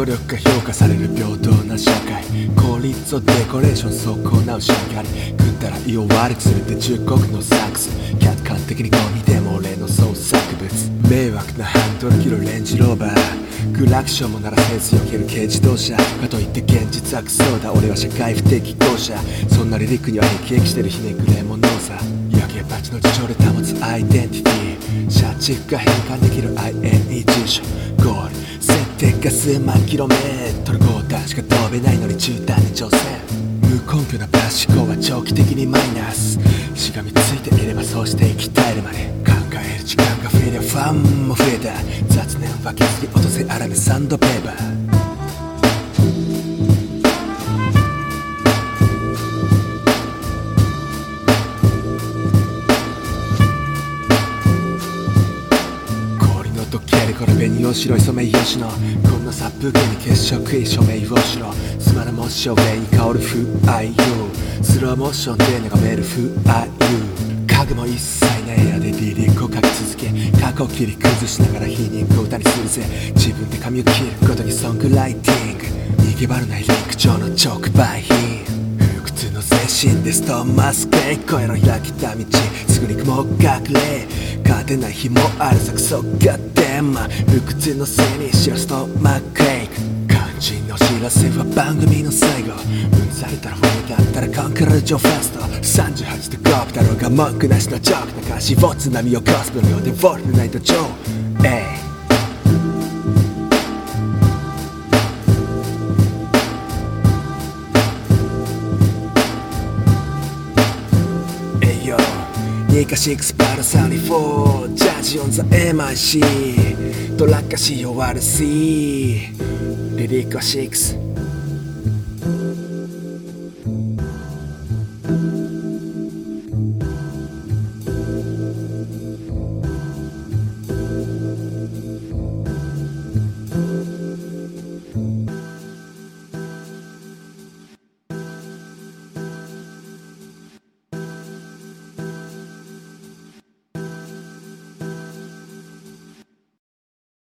努力が評価される平等な社会、効率をデコレーション損なう社会、くったらいを割り連れて中国のサックス、客観的にゴミでも俺の創作物、迷惑なハンドル切るレンジローバー、クラクションも鳴らせず避ける軽自動車、かといって現実はクソだ、俺は社会不適合者、そんなリリックには辟易してるひねくれ者さ、焼け鉢の地上で保つアイデンティティ、社畜が変換できる INE 住所、ゴール設定が数万キロメートル、5段しか飛べないのに中段に挑戦、無根拠なバシコは長期的にマイナス、しがみついていればそうして生き絶えるまで、考える時間が増えりゃファンも増えた、雑念は削り落とせ荒めサンドペーパー、これ紅を白いソメイヨシノ、こんな殺風景に血色い署名をしろ、すまなもし俺に香る Who are you、 スローモーションで眺める Who are you、 家具も一切ない部屋でリリックを書き続け、過去を切り崩しながら皮肉を歌にするぜ、自分で髪を切ることにソングライティング、逃げ場のない陸上の直売品、不屈の精神でストーンマスケーキ、越えろ開けた道、すぐに雲隠れ、勝てない日もあるさクソガッデンマ、不屈のせいにしろストーマックエイク、肝心の知らせは番組の最後、うんざりたら俺だったらコンクルジョファスト、38と5だろうが文句なしのジョークな歌詞を津波をコスプのようでフォルトナイトジョー、エイ2か6パラ34ジャージオンザ MIC トラッカし終わる C リリックは6